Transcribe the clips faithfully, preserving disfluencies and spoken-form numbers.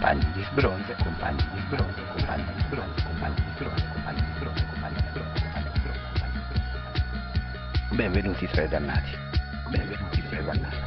compagni di sbronzo, compagni di sbronzo, compagni di sbronzo, compagni di sbronzo, compagni di sbronzo, compagni di sbronzo, compagni di sbronzo, compagni di sbronzo. Benvenuti tra i dannati, benvenuti tra i dannati.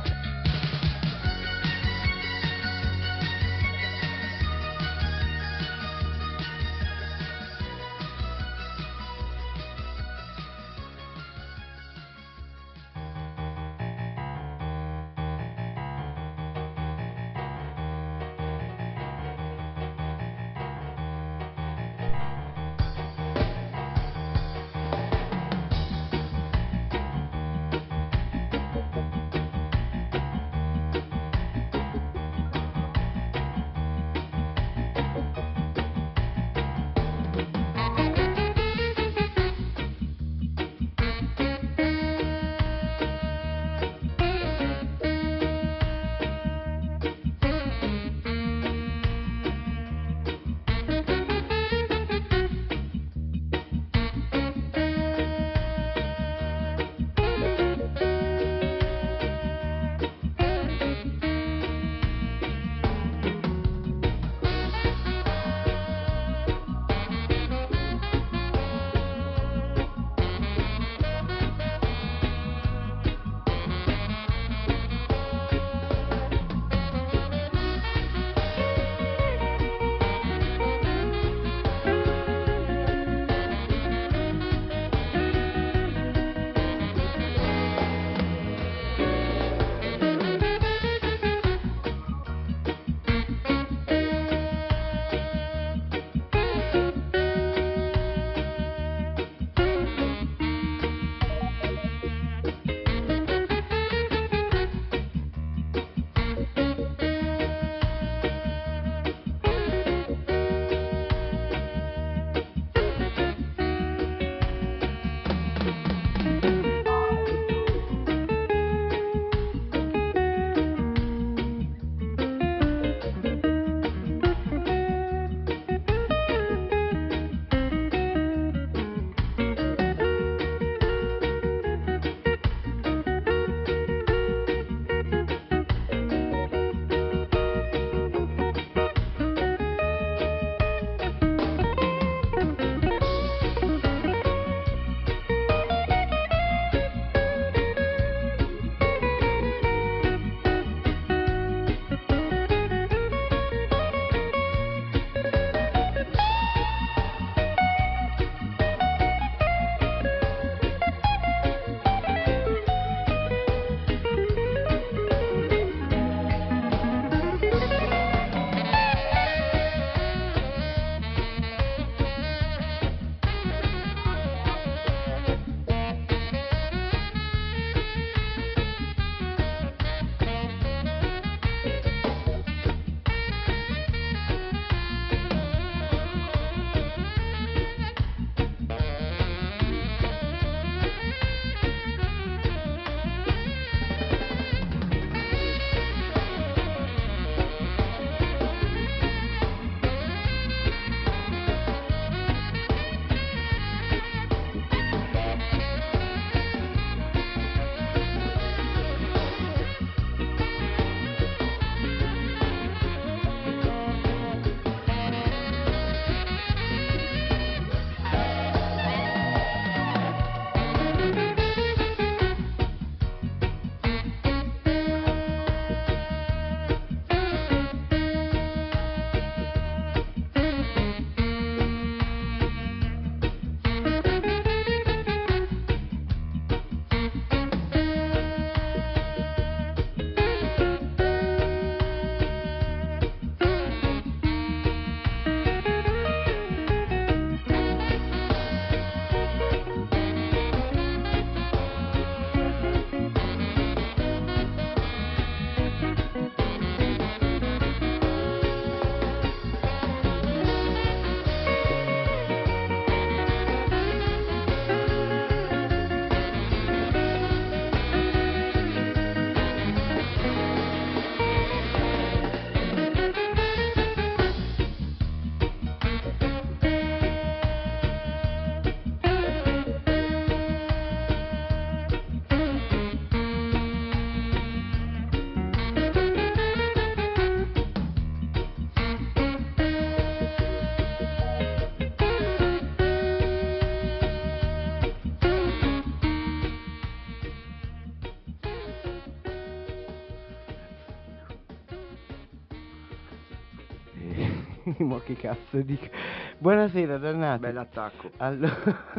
Mo che cazzo dico. Buonasera, dannati. Bell'attacco. Allora...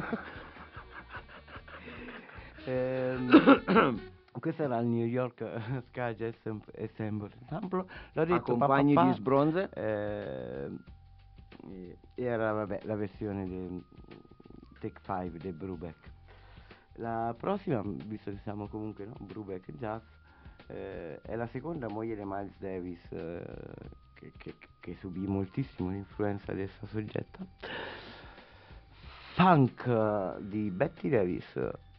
ehm, questo era il New York Sky Jazz Ensemble. L'ho detto, Compagni papà, di sbronze. Eh, era vabbè la versione del Take five del Brubeck. La prossima, visto che siamo comunque, no? Brubeck Jazz, eh, è la seconda moglie di Miles Davis, eh, che, che, che subì moltissimo l'influenza di questa soggetta. Funk eh, di Betty Davis.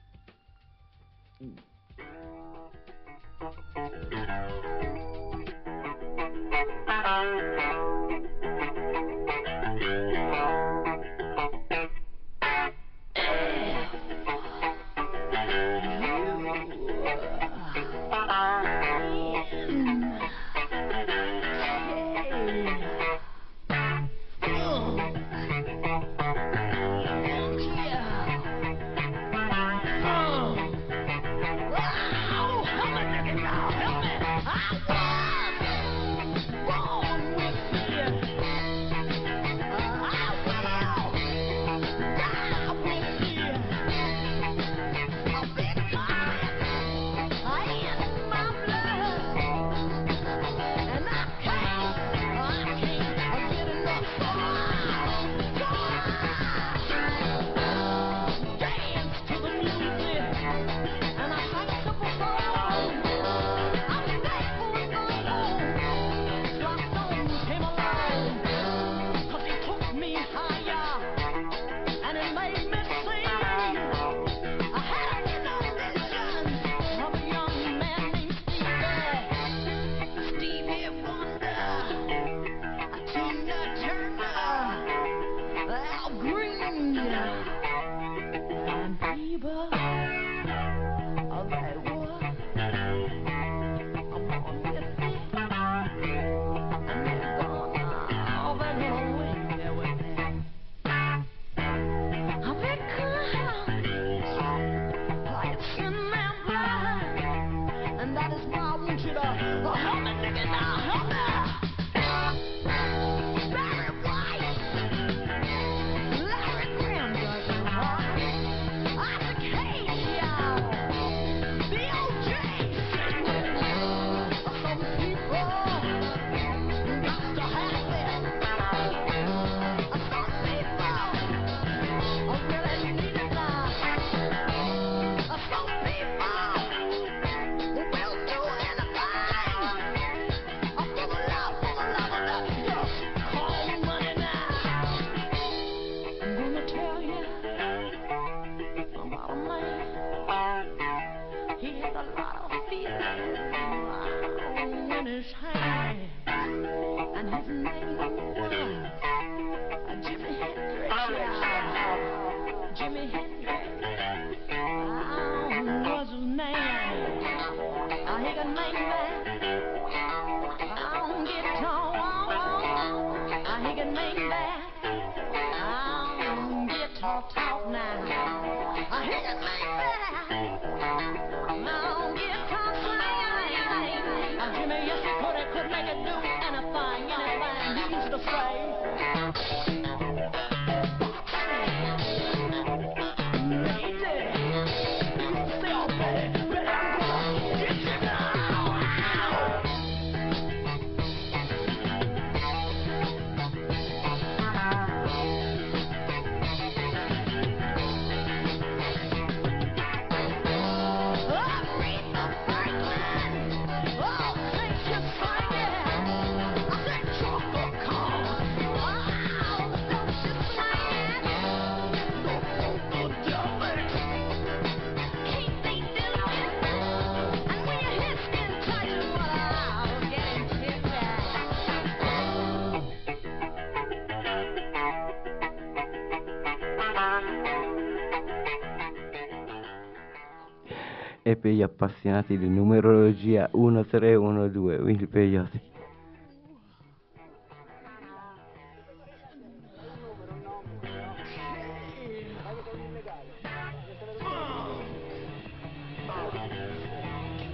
E per gli appassionati di numerologia uno tre uno due, Willy Peyote.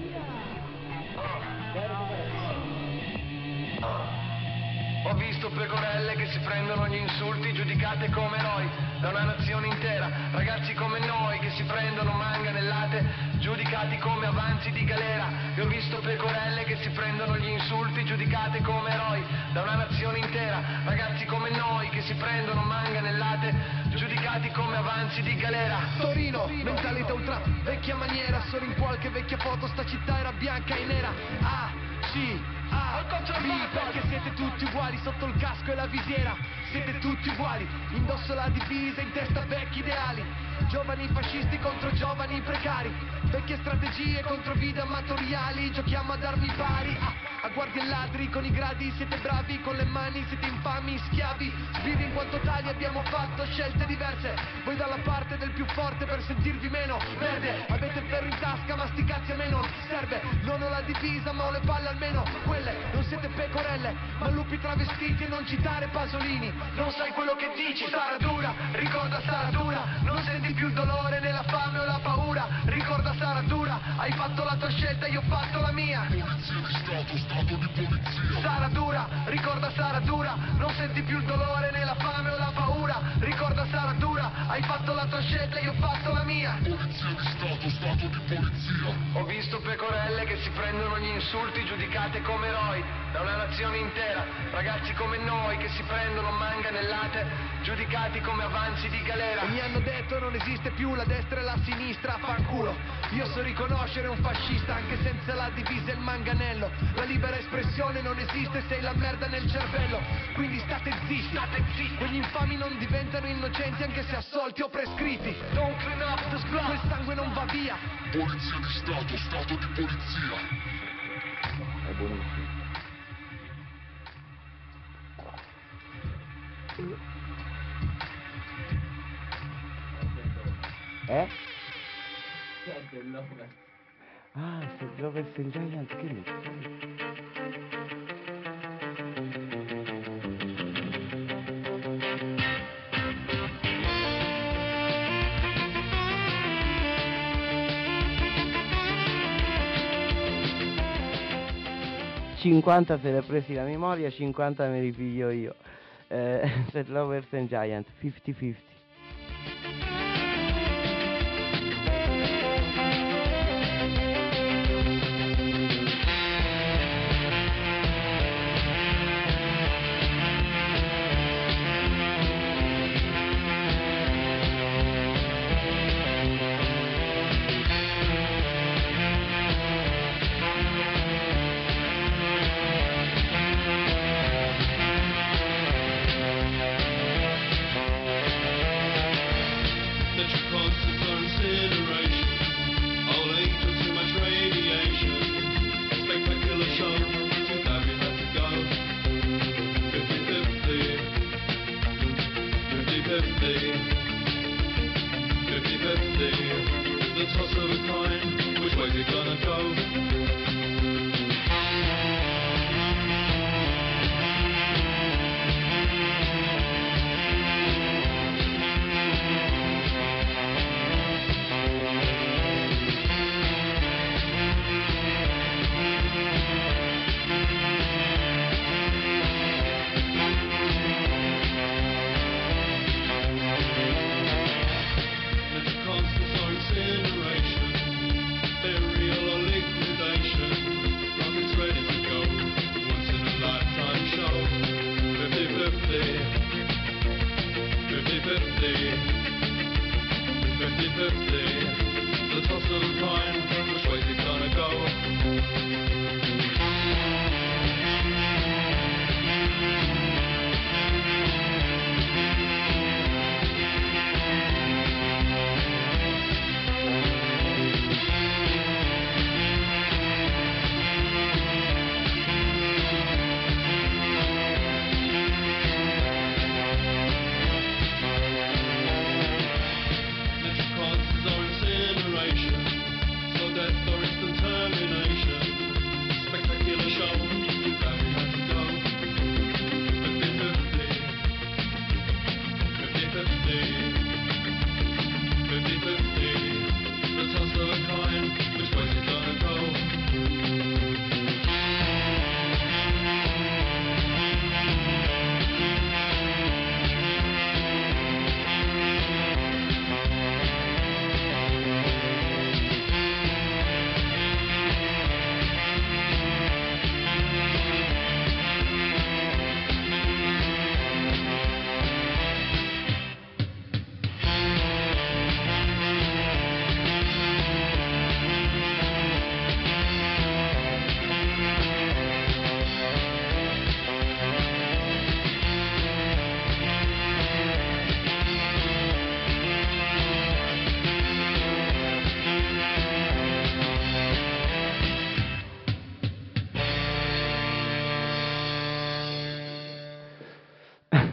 Ho visto pecorelle si prendono gli insulti giudicate come eroi da una nazione intera, ragazzi come noi che si prendono manganellate giudicati come avanzi di galera. Io ho visto pecorelle che si prendono gli insulti giudicate come eroi da una nazione intera, ragazzi come noi che si prendono manganellate giudicati come avanzi di galera. Torino, mentalità ultra vecchia maniera, solo in qualche vecchia foto sta città era bianca e nera. A, C, A, B, perché siete tutti uguali sotto il casco e la visiera. Siete tutti uguali, indosso la divisa, in testa vecchi ideali. Giovani fascisti contro giovani precari, vecchie strategie contro vite amatoriali. Giochiamo ad armi pari, a, a guardie e ladri con i gradi. Siete bravi con le mani, siete infami, schiavi. Sbirri in quanto tali abbiamo fatto scelte diverse. Voi dalla parte del più forte per sentirvi meno verde. Avete il ferro in tasca ma sti cazzi a me non serve. Non ho la divisa ma ho le palle almeno quelle. Non siete pecorelle ma lupi travestiti. E non citare Pasolini, non sai quello che dici. Sarà dura, ricorda sarà dura. Non senti più il dolore né la fame o la paura. Ricorda sarà dura, hai fatto la tua scelta, io ho fatto la mia. Polizia di Stato, Stato di polizia. Sarà dura, ricorda sarà dura. Non senti più il dolore né la fame o la paura. Ricorda sarà dura, hai fatto la tua scelta, io ho fatto la mia. Polizia di Stato, Stato di polizia. Ho visto pecorelle che si prendono gli insulti giudicate come eroi da una nazione intera, ragazzi come noi che si prendono manganellate giudicati come avanzi di galera. E mi hanno detto non esiste più la destra e la sinistra, fanculo. Io so riconoscere un fascista anche senza la divisa e il manganello. La libera espressione non esiste se hai la merda nel cervello. Quindi state zitti, State zitti. quegli infami non diventano innocenti anche se assolti o prescritti. Don't clean up the Quel blood. sangue non va via. Polizia di Stato, Stato di polizia. È buonissimo. Eh? Ah, se Lovers and Giant, che ne sai? cinquanta se l'è presi la memoria, cinquanta me li piglio io. Eh, Set Lovers and Giant, cinquanta cinquanta.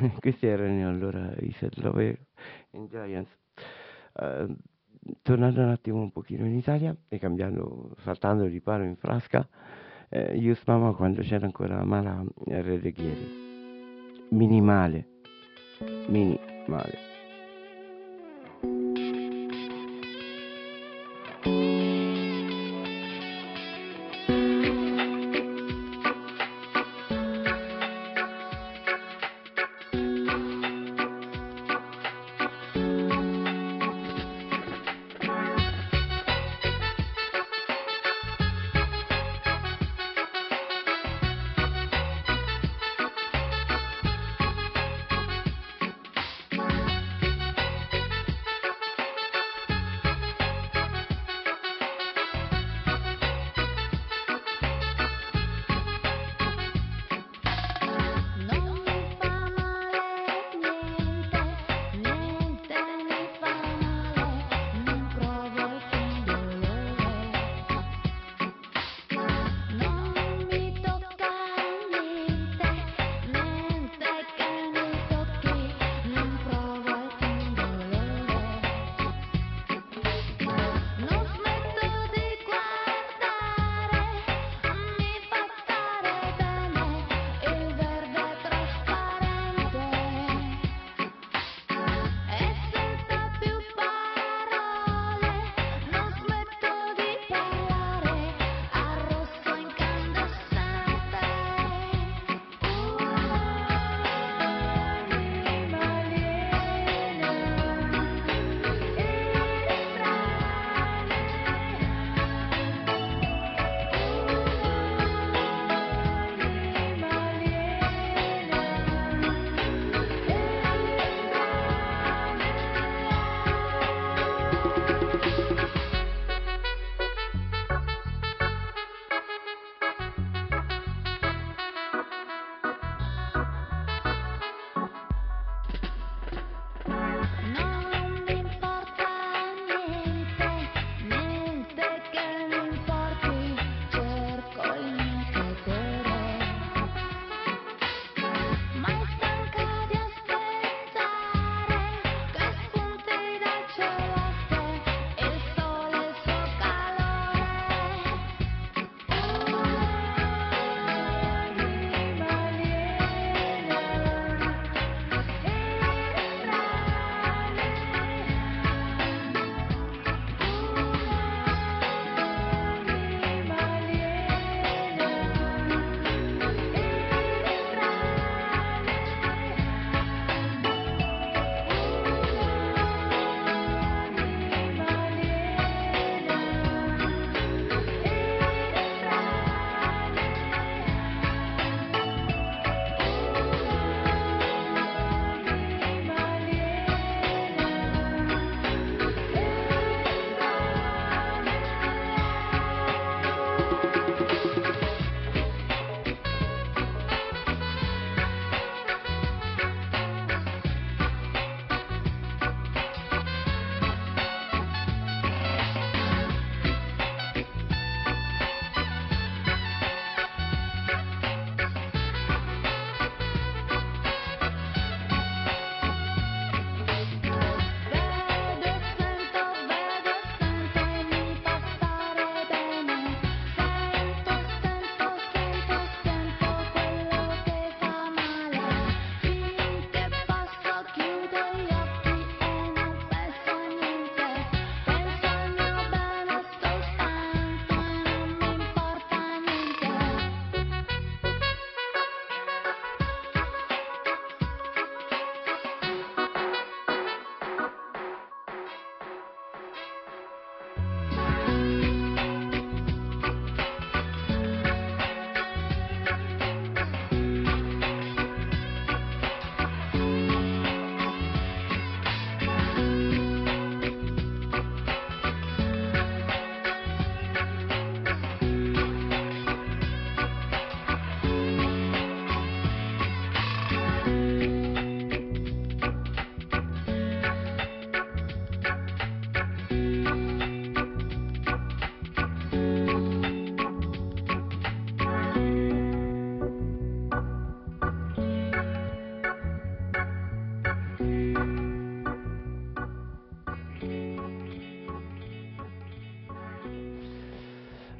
questi erano allora i Sad Lover and Giants. Eh, tornando un attimo un pochino in Italia e cambiando, saltando di palo in frasca, eh, Yus Mama quando c'era ancora Mala Reghieri. Minimale, minimale.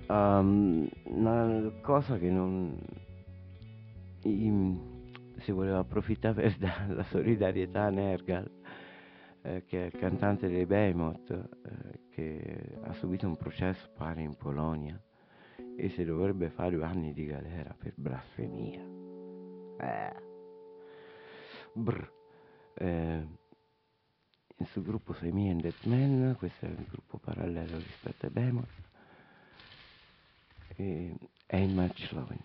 Um, una cosa che non i- si voleva approfittare per dare la solidarietà a Nergal, eh, che è il cantante dei Behemoth, eh, che ha subito un processo pare in Polonia e si dovrebbe fare due anni di galera per blasfemia. Eh. Brr. Eh, il suo gruppo sei Me and Dead Man, questo è il gruppo parallelo rispetto ai Behemoth, e Ain't Much Lovin'.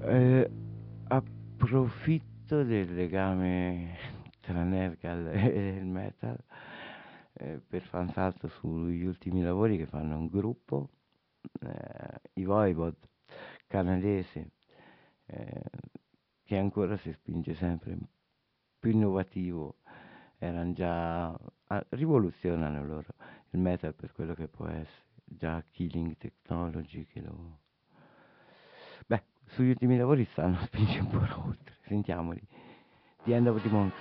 Eh, approfitto del legame tra Nergal e il metal eh, per fare un salto sugli ultimi lavori che fanno un gruppo, eh, i Voivod, canadese, eh, che ancora si spinge sempre più innovativo. Erano già ah, rivoluzionano loro il metal per quello che può essere, già Killing Technology che lo beh, sugli ultimi lavori stanno spinge un po' oltre. Sentiamoli. The End of the Month.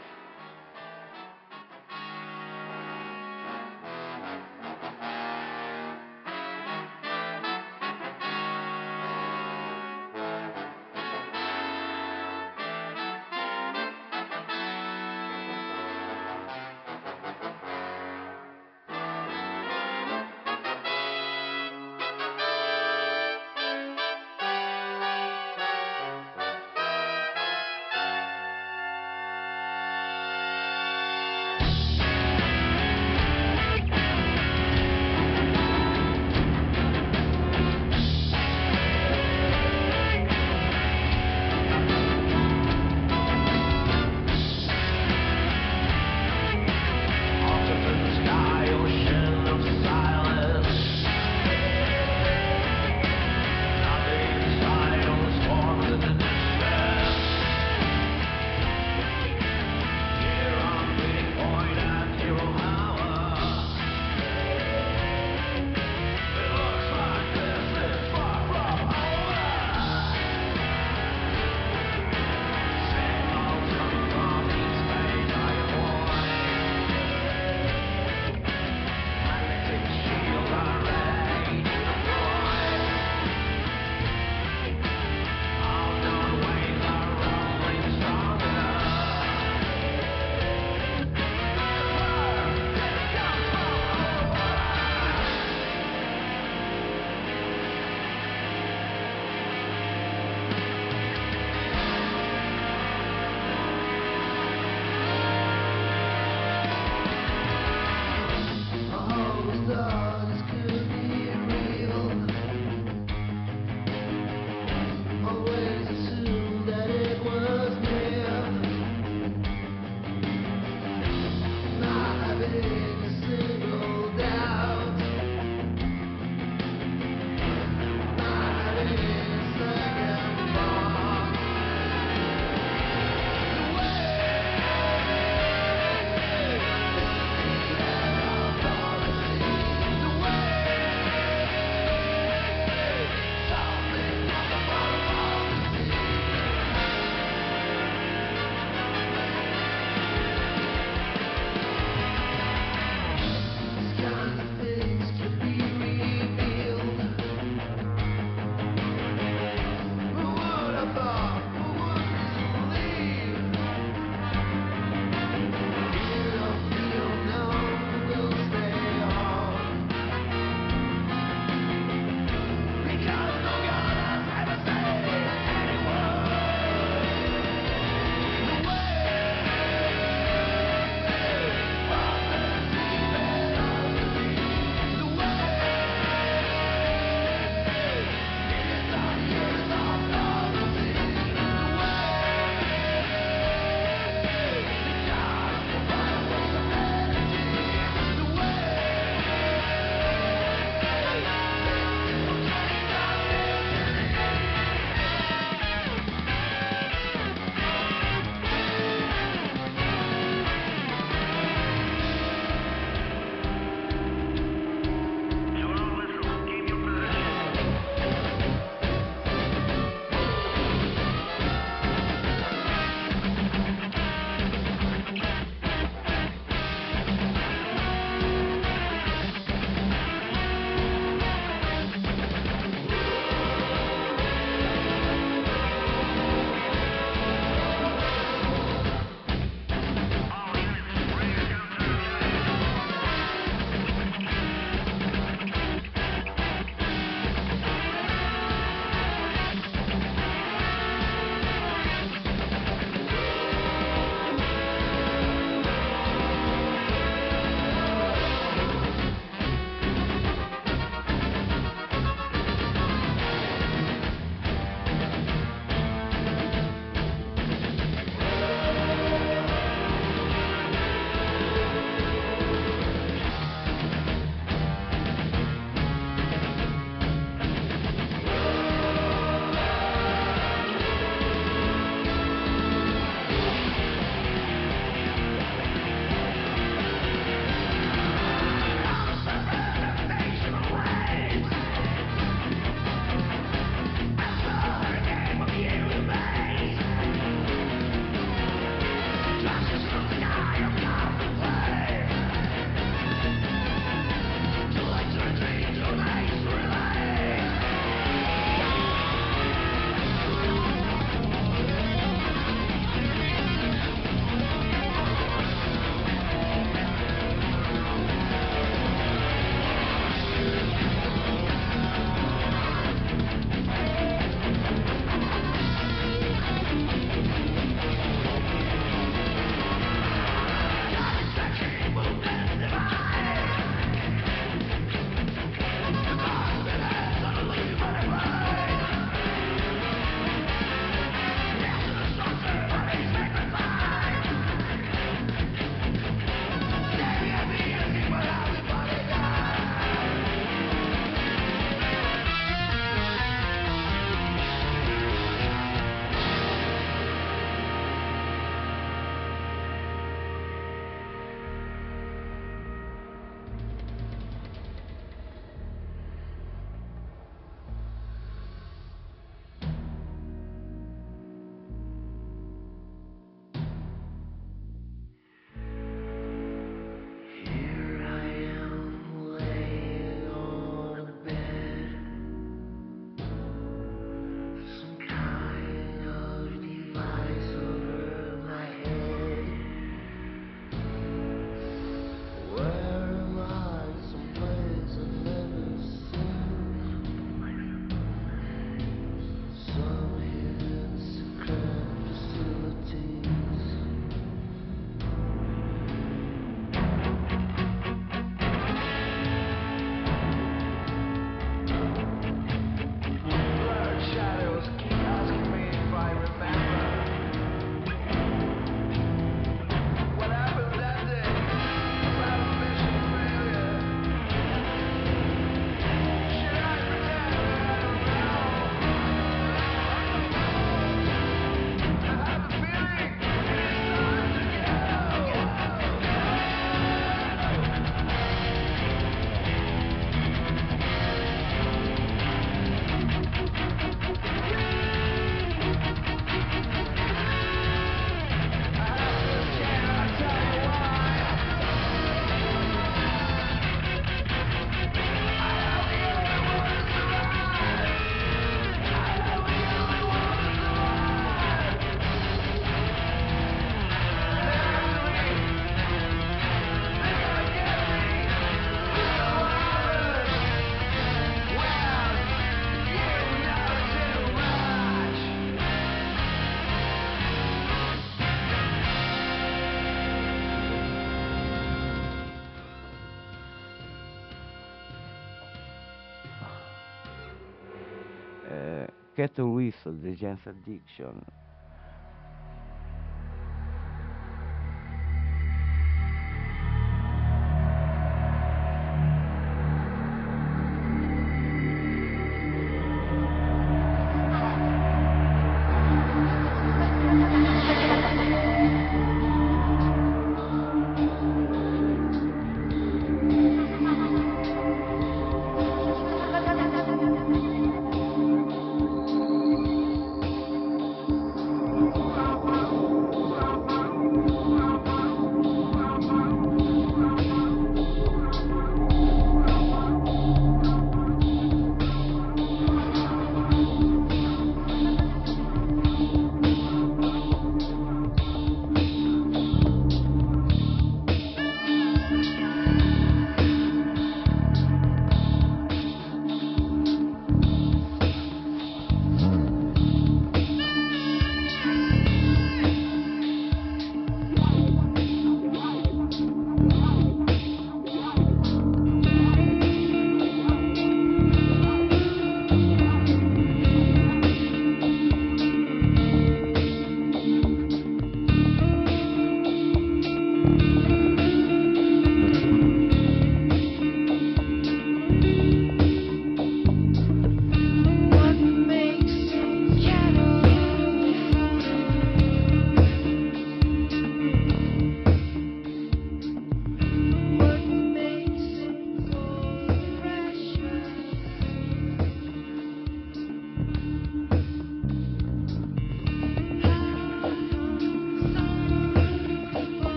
Cat on Whistle, The James Addiction.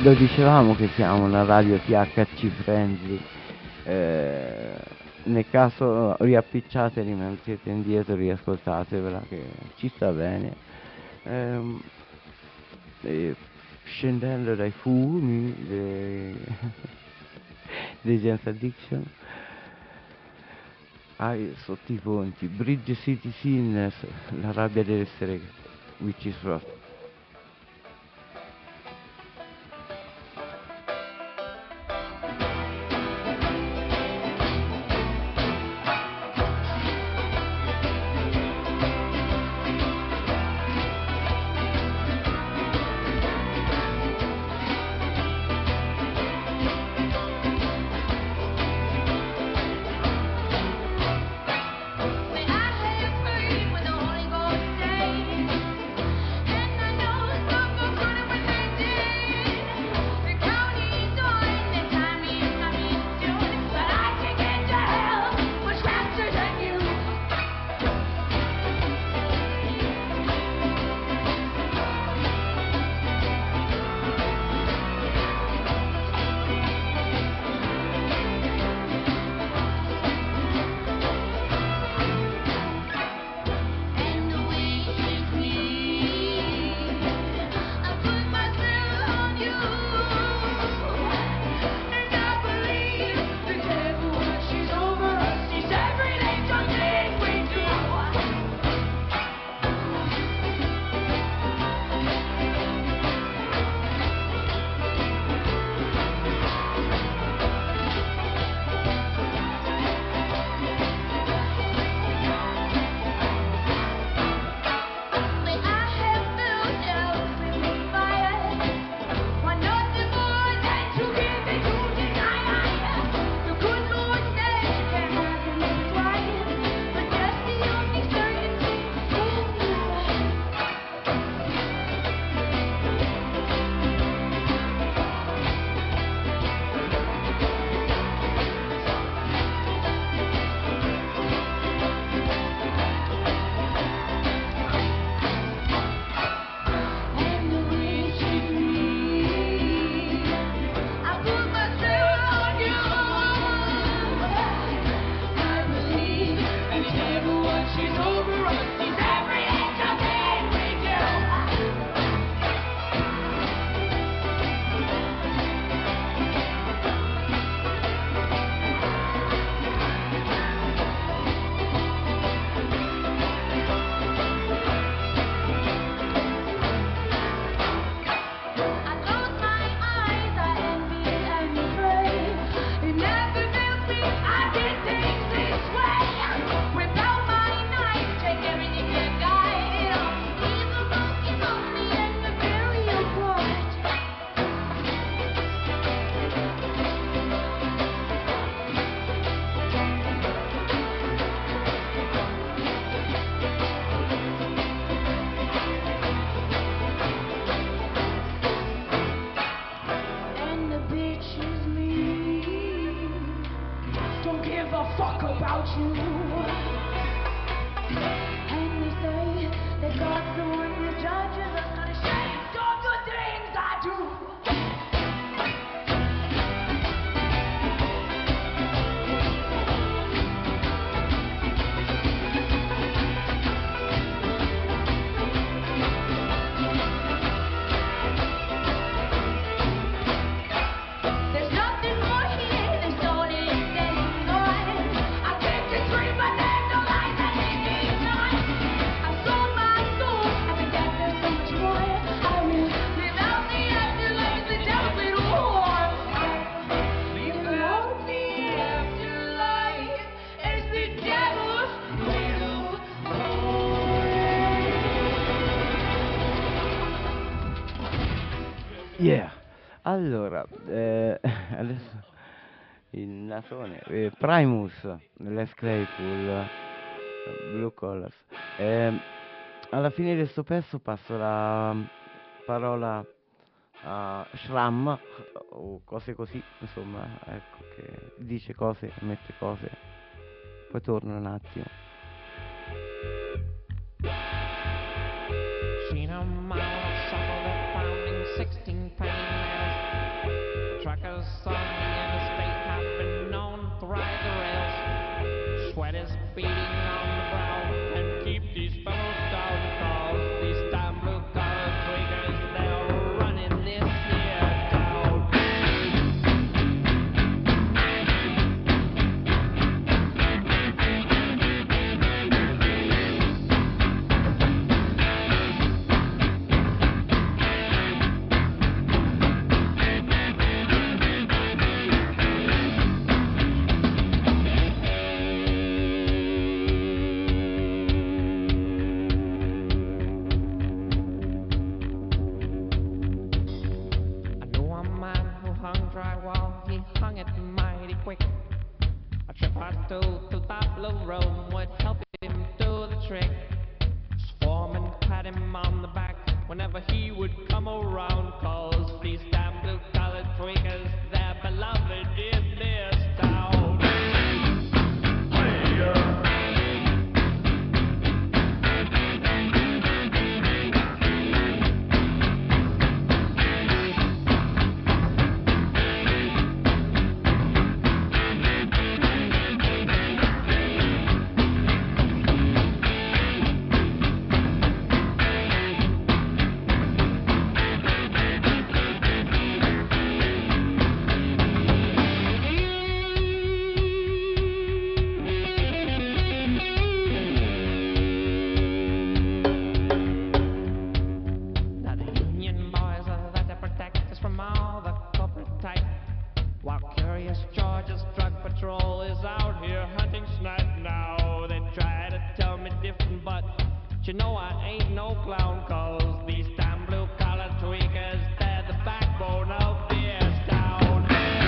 lo dicevamo che siamo una radio T H C friendly, eh, nel caso riappicciateli, ma siete indietro, riascoltatevela che ci sta bene. Ehm, e scendendo dai fumi dei, dei James Addiction ai sotto i ponti, Bridge City Sinners, la rabbia delle streghe, Witches Rot. Yeah, allora, eh, adesso il nasone, eh, Primus, Les Claypool, eh, Blue Collars. Eh, alla fine di sto pezzo passo la parola a Shram o cose così, insomma, ecco, che dice cose, mette cose, poi torno un attimo. Seen a mile of soccer that found in sixteen penny nails. beating on the brow and keep these fellows down, cause these damn blue collar tweakers, they're running this here town. I knew a man who hung drywall, he hung it mighty quick. A trip or two to that blue room would help him do the trick. His foreman pat him on the back whenever he would come around, cause these damn blue collar tweakers, they're beloved in this town. Now the union boys are there to protect us from all the corporate type, while Curious George's drug patrol is out here hunting snipe. Now they try to tell me different, but you know I ain't no clown, cause these damn blue collar tweakers, they're the backbone of this town.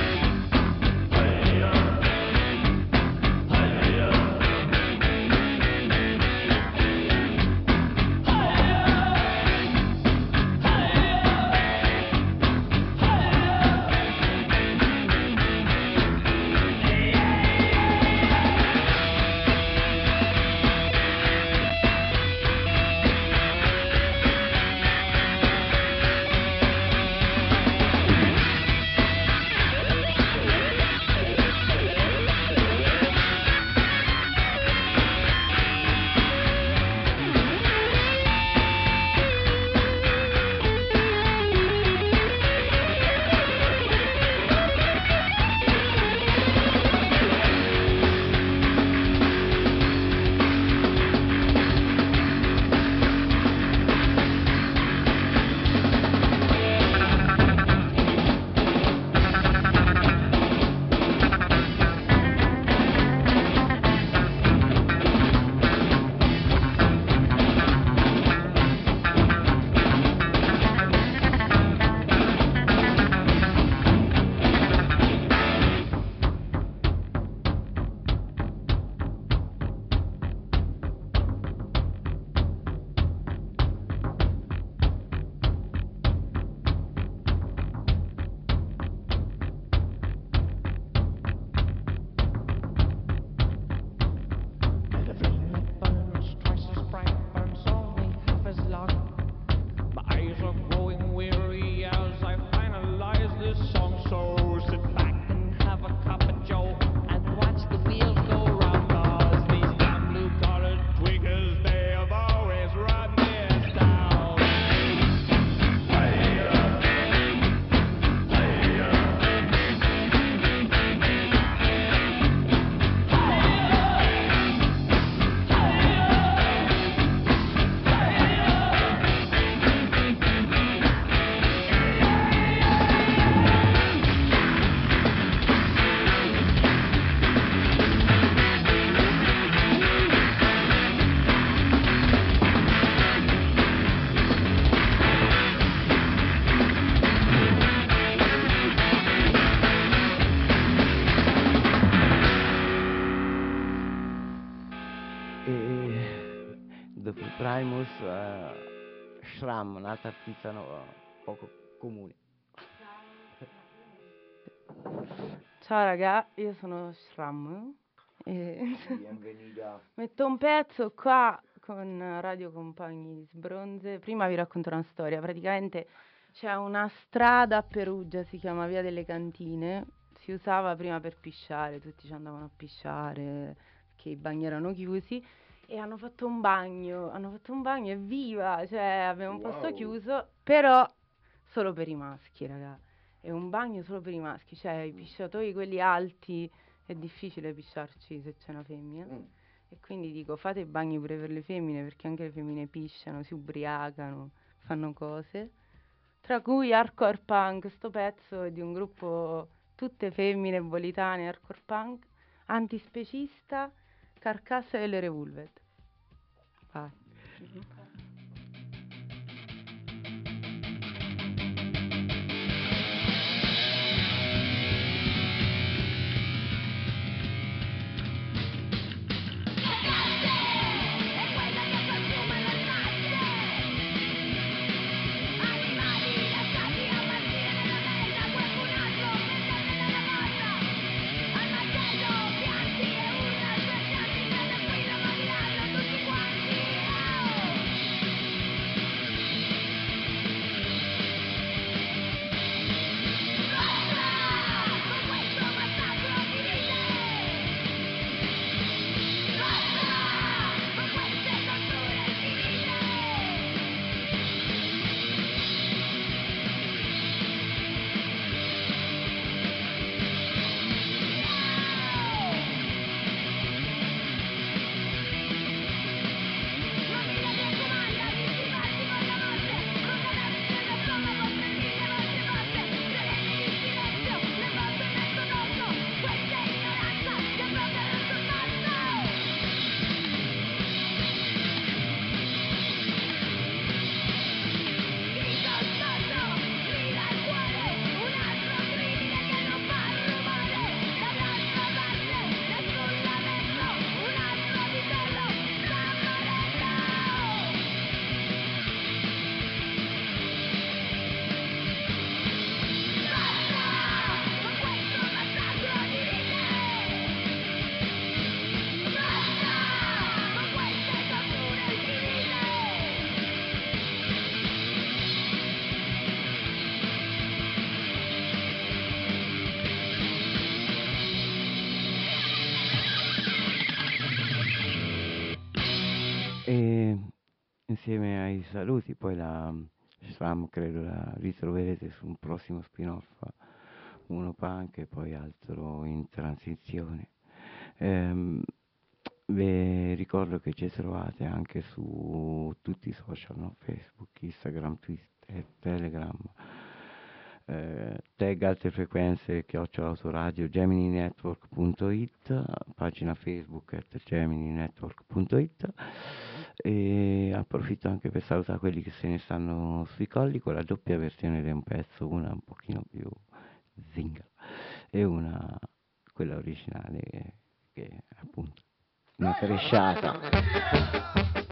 The flame that burns twice as bright burns only half as long. My eyes are growing weary as I finalize this song, so sit back and have a cup of joe and watch the wheels go round, cause these damn blue collared tweakers, they have always run this town. E dopo i Primus, eh, Shram, un altro artista no, poco comune. Ciao raga, io sono Shram e Bienvenida. metto un pezzo qua con Radio Compagni di Sbronze. Prima vi racconto una storia. Praticamente c'è una strada a Perugia, si chiama Via delle Cantine. Si usava prima per pisciare, tutti ci andavano a pisciare, perché i bagni erano chiusi e hanno fatto un bagno, hanno fatto un bagno evviva, cioè abbiamo un posto chiuso, però solo per i maschi, raga. È un bagno solo per i maschi, cioè i pisciatoi quelli alti è difficile pisciarci se c'è una femmina. Mm. E quindi dico, fate i bagni pure per le femmine, perché anche le femmine pisciano, si ubriacano, fanno cose. Tra cui Hardcore Punk, sto pezzo è di un gruppo tutte femmine bolitane, hardcore punk, antispecista, Carcassa e le Revolver. Vai. E insieme ai saluti, poi la Shram credo la ritroverete su un prossimo spin-off, uno punk e poi altro in transizione. Ehm, vi ricordo che ci trovate anche su tutti i social, no? Facebook, Instagram, Twitter, Telegram, eh, tag altre frequenze, chiocciola autoradio, gemininetwork punto it, pagina Facebook at gemininetwork punto it. E approfitto anche per salutare quelli che se ne stanno sui colli con la doppia versione di un pezzo, una un pochino più zinga e una quella originale che, che è appunto una tresciata.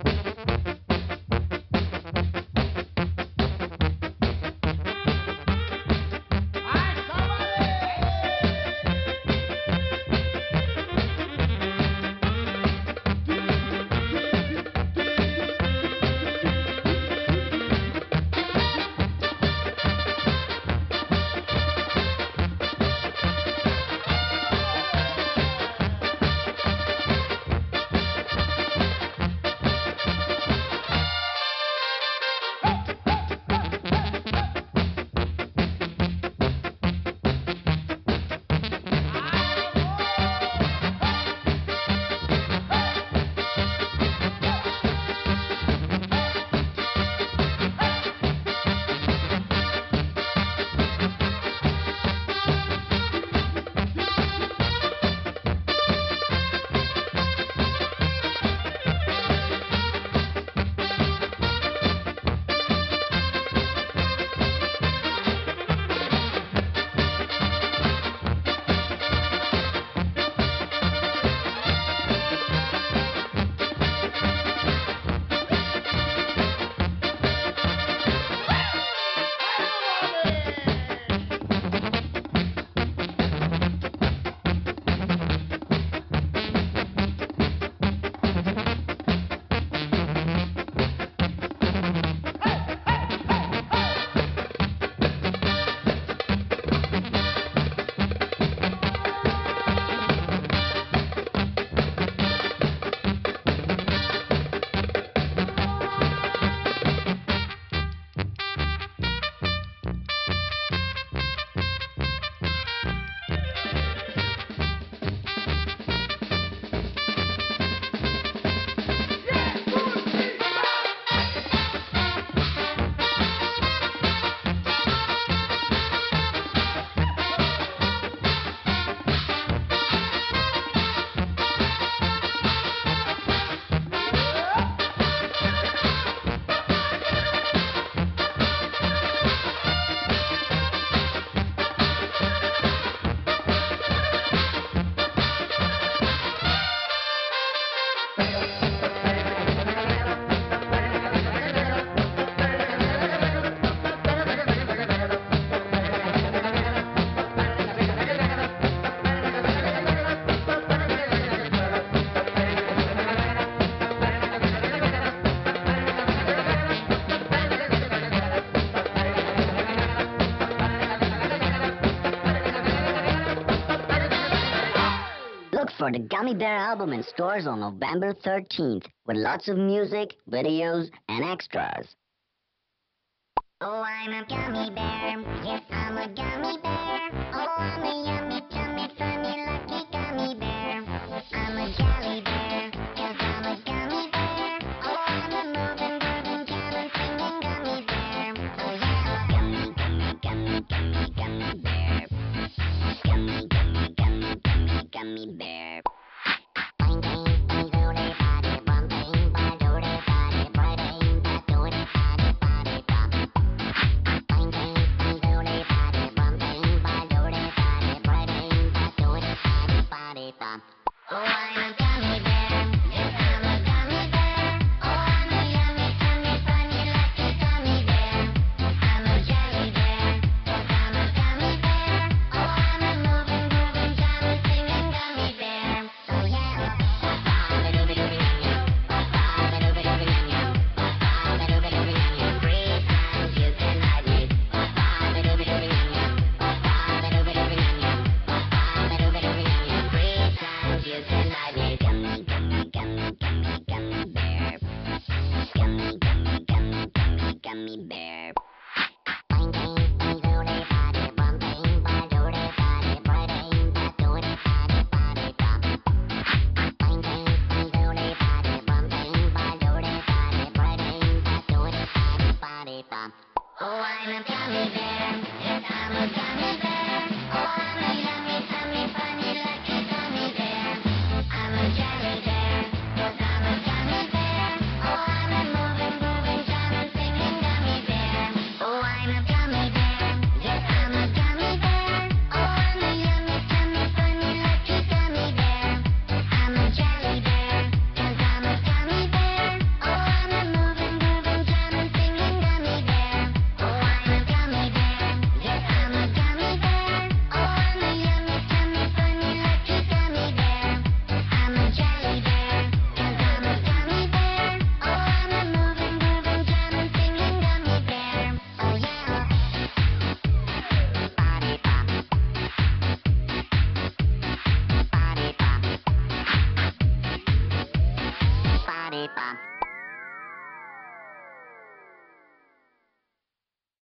for the Gummy Bear album in stores on November thirteenth, with lots of music, videos, and extras. Oh, I'm a gummy bear. Yes, I'm a gummy bear. Oh, I'm a yummy, yummy, funny, lucky gummy bear. I'm a jelly bear, 'cause I'm a gummy bear. Oh, I'm a moving, grooving, jamming, singing gummy bear. Oh, yeah. Gummy, gummy, gummy, gummy, gummy bear. Gummy, gummy, gummy, gummy, gummy bear. Bang, bang, bang, doody, body, bum, bang, bang, doody, body, bang, bang, doody, body, body, bum. Bang, bang, bang, doody, body, bum, bang, bang, doody, body, bang, bang, doody, body, body, bum. Oh, I'm a gummy bear. Yes, I'm a gummy bear. Oh, I'm a yummy, yummy, funny, lucky gummy bear. I'm a jelly bear, 'cause I'm a gummy bear. Oh, I'm a moving, grooving, jamming, singing gummy bear. Oh, yeah. Ba-ba-ba-dooby-dooby-doo. Ba-ba-ba-dooby-dooby-doo. Ba-ba-ba-dooby-dooby-doo. Three times you can hide me. Ba-ba-ba-dooby-dooby-doo. Ba-ba-ba-dooby-dooby-doo. Ba-ba-ba-dooby-dooby-doo. Three times you can hide me. Gummy, gummy, gummy, gummy, gummy bear. Gummy, gummy, gummy, gummy, gummy bear. Bang, bang, bang, doody, body, bum, bang, bang, doody, body, bang, bang, doody, body, body, bum. Bang, bang, bang, doody, body, bum, bang, bang, doody, body, bang, bang, doody, body, body, bum. Oh, I'm a gummy bear. Yes, I'm a gummy bear. Oh, I'm a yummy, tummy, funny, lucky gummy bear. I'm a jelly bear, 'cause I'm a gummy bear. Oh, I'm a moving, grooving, jamming, singing gummy bear. Oh, I'm a gummy bear. Yes, I'm a gummy bear. Oh, I'm a yummy, tummy, funny, lucky gummy bear. I'm a jelly bear, 'cause I'm a gummy bear. Oh, I'm a moving, grooving, jamming, singing gummy bear. Oh, I'm a gummy bear. Yes, I'm a gummy bear. Oh, I'm a yummy, tummy, funny, lucky gummy bear. I'm a jelly bear, 'cause I'm a gummy bear. Oh, I'm a moving, grooving, jamming, singing gummy bear. Oh, yeah. Body pop. Body pop. Body pop.